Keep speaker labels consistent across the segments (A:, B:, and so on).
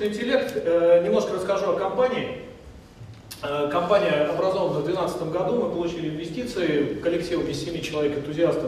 A: искусственный интеллект. Немножко расскажу о компании. Компания образована в 2012 году, мы получили инвестиции, коллектив из 7 человек энтузиастов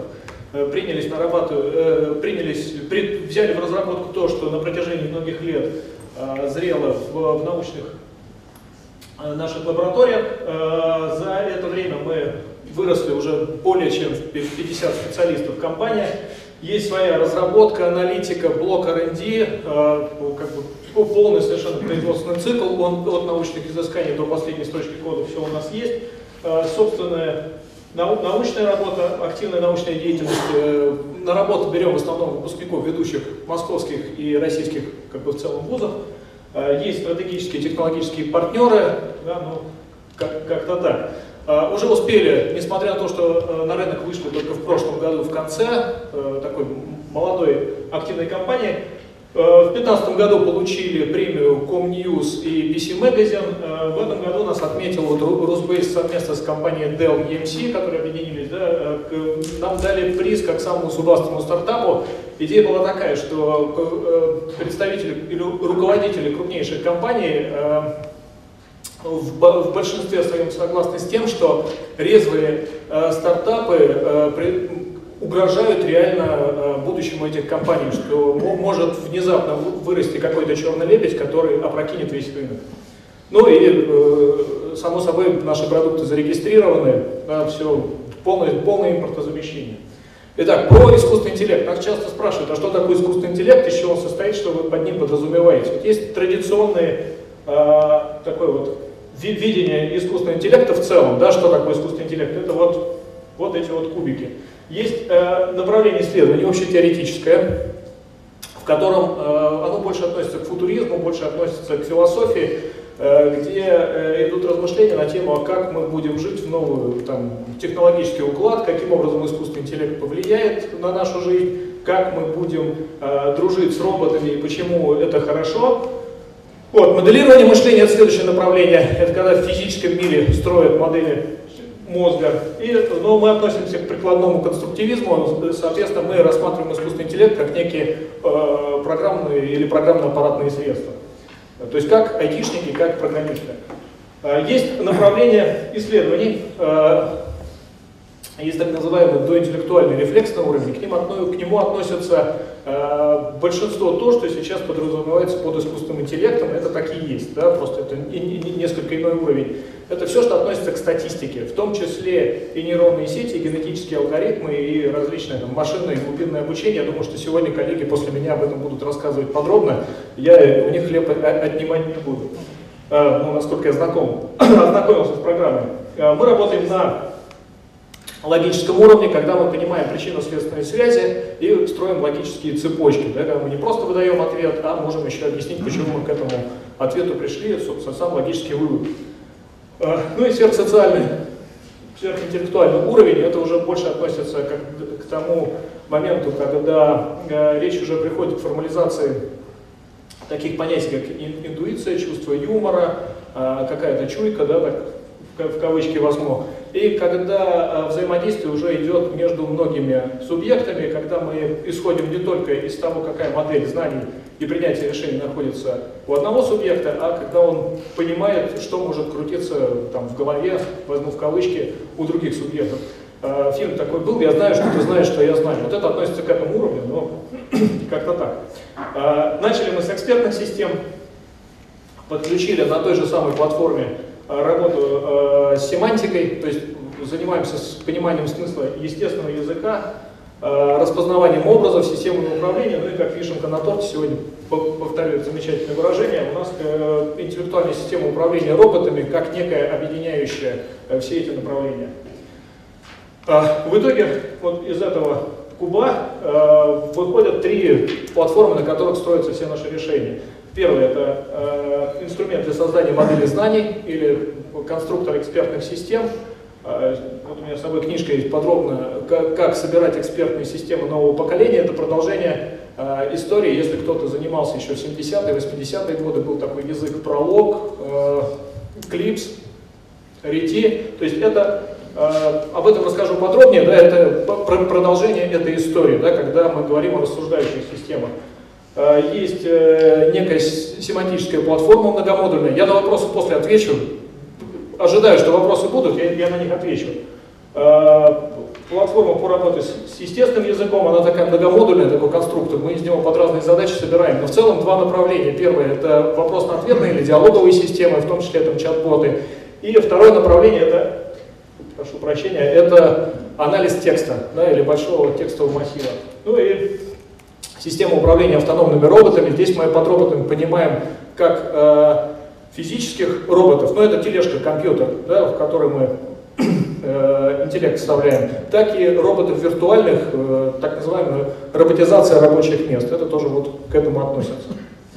A: взяли в разработку то, что на протяжении многих лет зрело в научных наших лабораториях. За это время мы выросли уже более чем в 50 специалистов в компании. Есть своя разработка, аналитика, блок R&D, полный совершенно производственный цикл, он от научных изысканий до последней строчки кода, все у нас есть. Собственная научная работа, активная научная деятельность. На работу берем в основном выпускников ведущих московских и российских в целом вузов. Есть стратегические технологические партнеры, да, ну, как-то так. Уже успели, несмотря на то, что на рынок вышли только в прошлом году в конце, такой молодой активной компании, в 2015 году получили премию ComNews и PC Magazine. В этом году нас отметил RusBase совместно с компанией Dell EMC, которые объединились. Да, нам дали приз как самому зубастому стартапу. Идея была такая, что представители или руководители крупнейших компаний в большинстве своем согласны с тем, что резвые стартапы угрожают реально будущему этих компаний, что может внезапно вырасти какой-то черный лебедь, который опрокинет весь рынок. Ну и, само собой, наши продукты зарегистрированы, да, все, полное импортозамещение. Итак, про искусственный интеллект. Нас часто спрашивают, а что такое искусственный интеллект, из чего он состоит, что вы под ним подразумеваете. Вот есть традиционные такое вот видение искусственного интеллекта в целом, да, что такое искусственный интеллект, это вот эти вот кубики. Есть направление исследования общетеоретическое, в котором оно больше относится к футуризму, больше относится к философии, где идут размышления на тему, как мы будем жить в новый технологический уклад, каким образом искусственный интеллект повлияет на нашу жизнь, как мы будем дружить с роботами и почему это хорошо. Вот, моделирование мышления — это следующее направление. Это когда в физическом мире строят модели мозга. Но мы относимся к прикладному конструктивизму, соответственно, мы рассматриваем искусственный интеллект как некие программные или программно-аппаратные средства. То есть как айтишники, как программисты. Есть направление исследований, есть так называемый доинтеллектуальный рефлекс на уровне, к нему относятся большинство то, что сейчас подразумевается под искусственным интеллектом, это так и есть, да, просто это несколько иной уровень. Это все, что относится к статистике, в том числе и нейронные сети, и генетические алгоритмы, и различные машинное и глубинное обучение. Я думаю, что сегодня коллеги после меня об этом будут рассказывать подробно, я у них хлеб отнимать не буду, насколько я ознакомился с программой. Мы работаем на логическом уровне, когда мы понимаем причинно-следственные связи и строим логические цепочки, да, когда мы не просто выдаем ответ, а можем еще объяснить, почему мы к этому ответу пришли, собственно, сам логический вывод. Ну и сверхсоциальный, сверхинтеллектуальный уровень, это уже больше относится к тому моменту, когда речь уже приходит к формализации таких понятий, как интуиция, чувство юмора, какая-то чуйка, да, так, в кавычки возьму. И когда взаимодействие уже идет между многими субъектами, когда мы исходим не только из того, какая модель знаний и принятия решений находится у одного субъекта, а когда он понимает, что может крутиться в голове, возьму в кавычки, у других субъектов. Фильм такой был, я знаю, что ты знаешь, что я знаю. Вот это относится к этому уровню, но как-то так. Начали мы с экспертных систем, подключили на той же самой платформе работу с семантикой, то есть занимаемся с пониманием смысла естественного языка, распознаванием образов, системного управления, ну и как вишенка на торте, сегодня повторю это замечательное выражение, у нас интеллектуальная система управления роботами как некая объединяющая все эти направления. В итоге вот из этого куба выходят 3 платформы, на которых строятся все наши решения. Первый — это инструмент для создания модели знаний или конструктор экспертных систем. Вот у меня с собой книжка есть подробно, как собирать экспертные системы нового поколения. Это продолжение истории. Если кто-то занимался еще в 70-е, 80-е годы, был такой язык пролог, клипс, рети. То есть это, об этом расскажу подробнее, да, это продолжение этой истории, да, когда мы говорим о рассуждающих системах. есть некая семантическая платформа многомодульная. Я на вопросы после отвечу. Ожидаю, что вопросы будут, я на них отвечу. Платформа по работе с естественным языком, она такая многомодульная, такой конструктор, мы из него под разные задачи собираем. Но в целом два направления. Первое — это вопрос-ответные или диалоговые системы, в том числе там чат-боты. И второе направление — это, прошу прощения, это анализ текста, да, или большого текстового массива. Ну и система управления автономными роботами. Здесь мы под роботами понимаем как физических роботов, но это тележка-компьютер, да, в который мы интеллект вставляем, так и роботов виртуальных, так называемая роботизация рабочих мест. Это тоже вот к этому относится.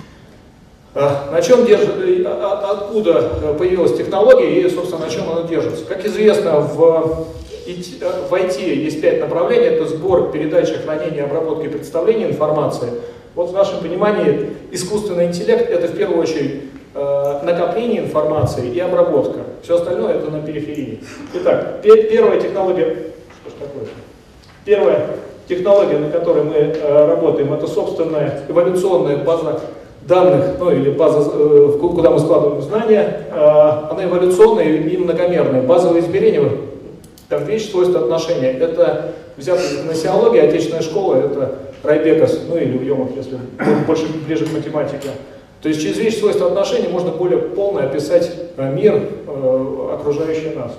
A: На чем откуда появилась технология и, собственно, на чем она держится? Как известно, в IT есть 5 направлений. Это сбор, передача, хранение, обработка и представление информации. Вот в нашем понимании искусственный интеллект — это в первую очередь накопление информации и обработка. Все остальное — это на периферии. Итак, первая технология, первая технология, на которой мы работаем, это собственная эволюционная база данных, ну или база, куда мы складываем знания. Она эволюционная и многомерная. Базовые измерения, там вещь, свойства, отношения. Это взято из гносеологии, отечественная школа, это Райбекас, ну или Уемов, если больше ближе к математике. То есть через вещи, свойства, отношений можно более полно описать мир, окружающий нас.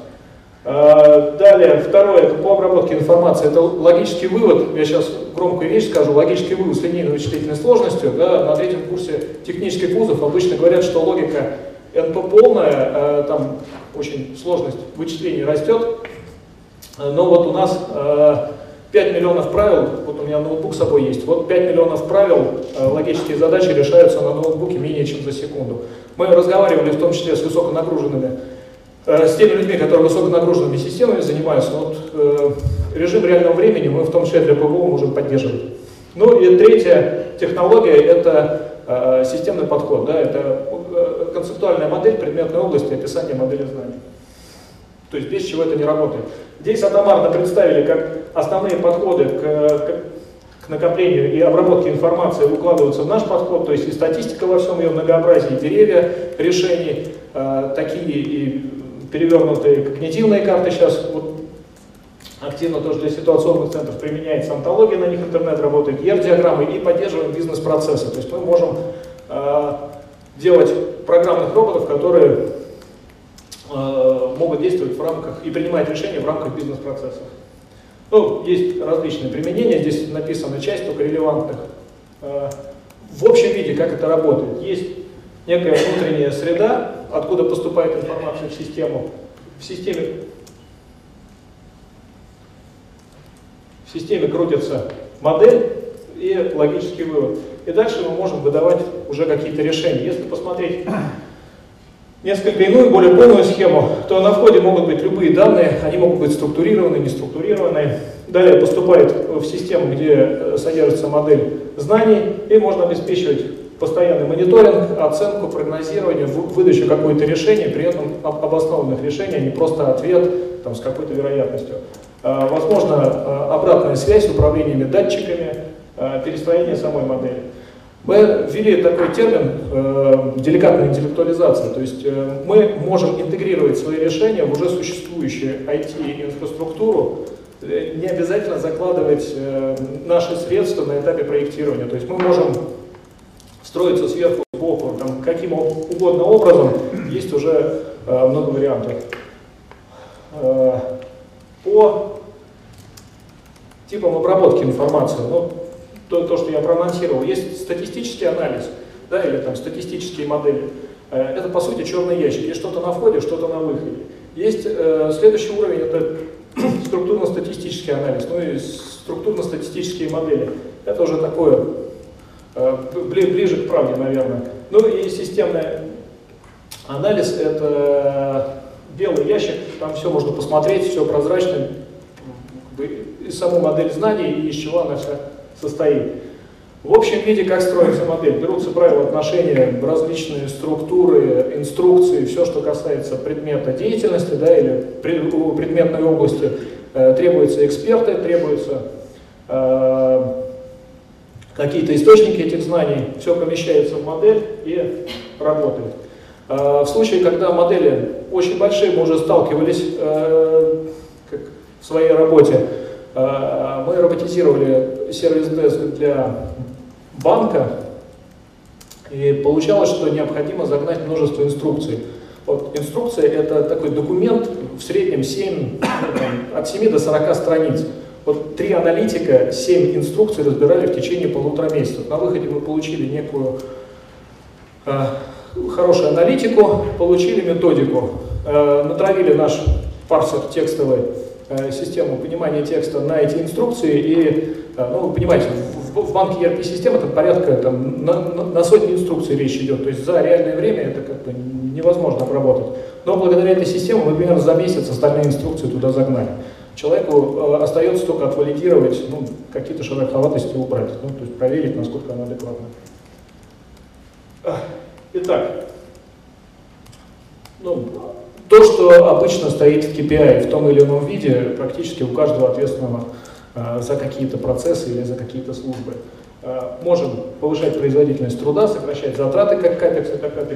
A: Далее, второе, это по обработке информации, это логический вывод, я сейчас громкую вещь скажу, логический вывод с линейной вычислительной сложностью. Да, на 3-м курсе технических вузов обычно говорят, что логика НП полная, там очень сложность вычислений растет, но вот у нас 5 миллионов правил, вот у меня ноутбук с собой есть, вот 5 миллионов правил, логические задачи решаются на ноутбуке менее чем за секунду. Мы разговаривали в том числе с высоконагруженными, с теми людьми, которые высоконагруженными системами занимаются. Вот режим реального времени мы в том числе для ПВО можем поддерживать. Ну и третья технология — это системный подход, да, это концептуальная модель предметной области, описание модели знаний. То есть без чего это не работает. Здесь атомарно представили, как основные подходы к накоплению и обработке информации укладываются в наш подход, то есть и статистика во всем ее многообразии, деревья решений, такие и перевернутые когнитивные карты сейчас вот, активно тоже для ситуационных центров применяется, онтология на них, интернет работает, ER-диаграммы, и поддерживаем бизнес-процессы. То есть мы можем делать программных роботов, которые могут действовать в рамках и принимать решения в рамках бизнес-процессов. Ну, есть различные применения, здесь написана часть только релевантных. В общем виде, как это работает. Есть некая внутренняя среда, откуда поступает информация в систему. В системе крутится модель и логический вывод. И дальше мы можем выдавать уже какие-то решения. Если посмотреть несколько иную, более полную схему, то на входе могут быть любые данные, они могут быть структурированные, не структурированные. Далее поступает в систему, где содержится модель знаний, и можно обеспечивать постоянный мониторинг, оценку, прогнозирование, выдачу какое-то решение, при этом обоснованных решений, а не просто ответ там, с какой-то вероятностью. Возможно, обратная связь с управлениями датчиками, перестроение самой модели. Мы ввели такой термин деликатная интеллектуализация, то есть мы можем интегрировать свои решения в уже существующую IT-инфраструктуру, не обязательно закладывать наши средства на этапе проектирования, то есть мы можем строиться сверху, сбоку, там, каким угодно образом, есть уже много вариантов. По типам обработки информации, ну, то, что я проанонсировал, есть статистический анализ, да, или там статистические модели. Это, по сути, черный ящик. Есть что-то на входе, что-то на выходе. Есть следующий уровень, это структурно-статистический анализ, ну и структурно-статистические модели. Это уже такое, ближе к правде, наверное. Ну и системный анализ, это белый ящик, там все можно посмотреть, все прозрачно, и саму модель знаний, и из чего она вся состоит. В общем виде, как строится модель, берутся правила отношения, различные структуры, инструкции, все, что касается предмета деятельности, да, или предметной области, требуются эксперты, требуются какие-то источники этих знаний, все помещается в модель и работает. В случае, когда модели очень большие, мы уже сталкивались в своей работе, мы роботизировали сервис-деск для банка, и получалось, что необходимо загнать множество инструкций. Вот инструкция — это такой документ, в среднем 7, от 7 до 40 страниц. Вот 3 аналитика 7 инструкций разбирали в течение 1,5 месяца. На выходе мы получили некую хорошую аналитику, получили методику, натравили наш парсер текстовый, систему понимания текста на эти инструкции, и, ну, вы понимаете, в банке ERP-системы там порядка на сотни инструкций речь идет, то есть за реальное время это как бы невозможно обработать. Но благодаря этой системе мы примерно за месяц остальные инструкции туда загнали. Человеку остается только отвалидировать, ну, какие-то шероховатости убрать, ну, то есть проверить, насколько она адекватна. Итак, ну, то, что обычно стоит в KPI в том или ином виде, практически у каждого ответственного за какие-то процессы или за какие-то службы. Можем повышать производительность труда, сокращать затраты как капекса,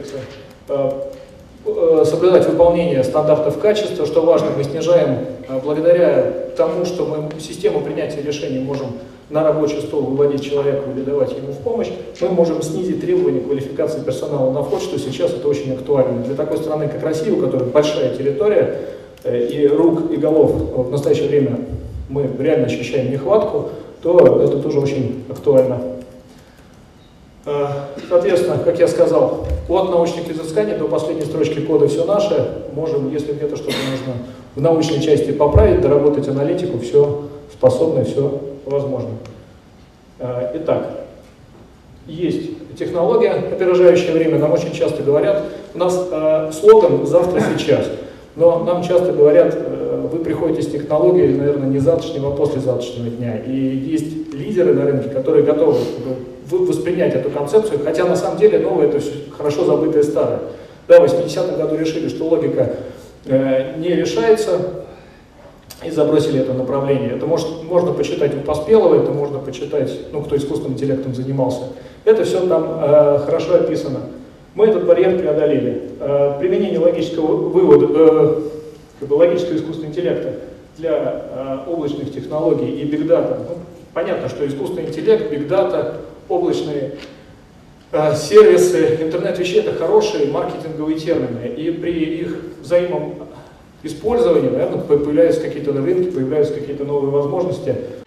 A: соблюдать выполнение стандартов качества. Что важно, мы снижаем, благодаря тому, что мы систему принятия решений можем на рабочий стол выводить человека или давать ему в помощь, мы можем снизить требования квалификации персонала на вход, что сейчас это очень актуально. Для такой страны, как Россия, у которой большая территория, и рук, и голов в настоящее время мы реально ощущаем нехватку, то это тоже очень актуально. Соответственно, как я сказал, от научных изысканий до последней строчки кода все наше. Можем, если где-то что-то нужно в научной части поправить, доработать аналитику, все способно, все возможно. Итак, есть технология, опережающая время. Нам очень часто говорят, у нас слоган «завтра, сейчас». Но нам часто говорят, вы приходите с технологией, наверное, не завтрашнего, а послезавтрашнего дня. И есть лидеры на рынке, которые готовы воспринять эту концепцию, хотя на самом деле новое — это все хорошо забытое старое. Да, в 80-м году решили, что логика не решается, и забросили это направление. Это можно почитать у Поспелова, это можно почитать, ну, кто искусственным интеллектом занимался. Это все там хорошо описано. Мы этот барьер преодолели. Применение логического вывода, логического искусственного интеллекта для облачных технологий и бигдата. Ну, понятно, что искусственный интеллект, бигдата, облачные сервисы, интернет вещей — это хорошие маркетинговые термины. И при их взаимном использовании, наверное, появляются какие-то рынки, появляются какие-то новые возможности.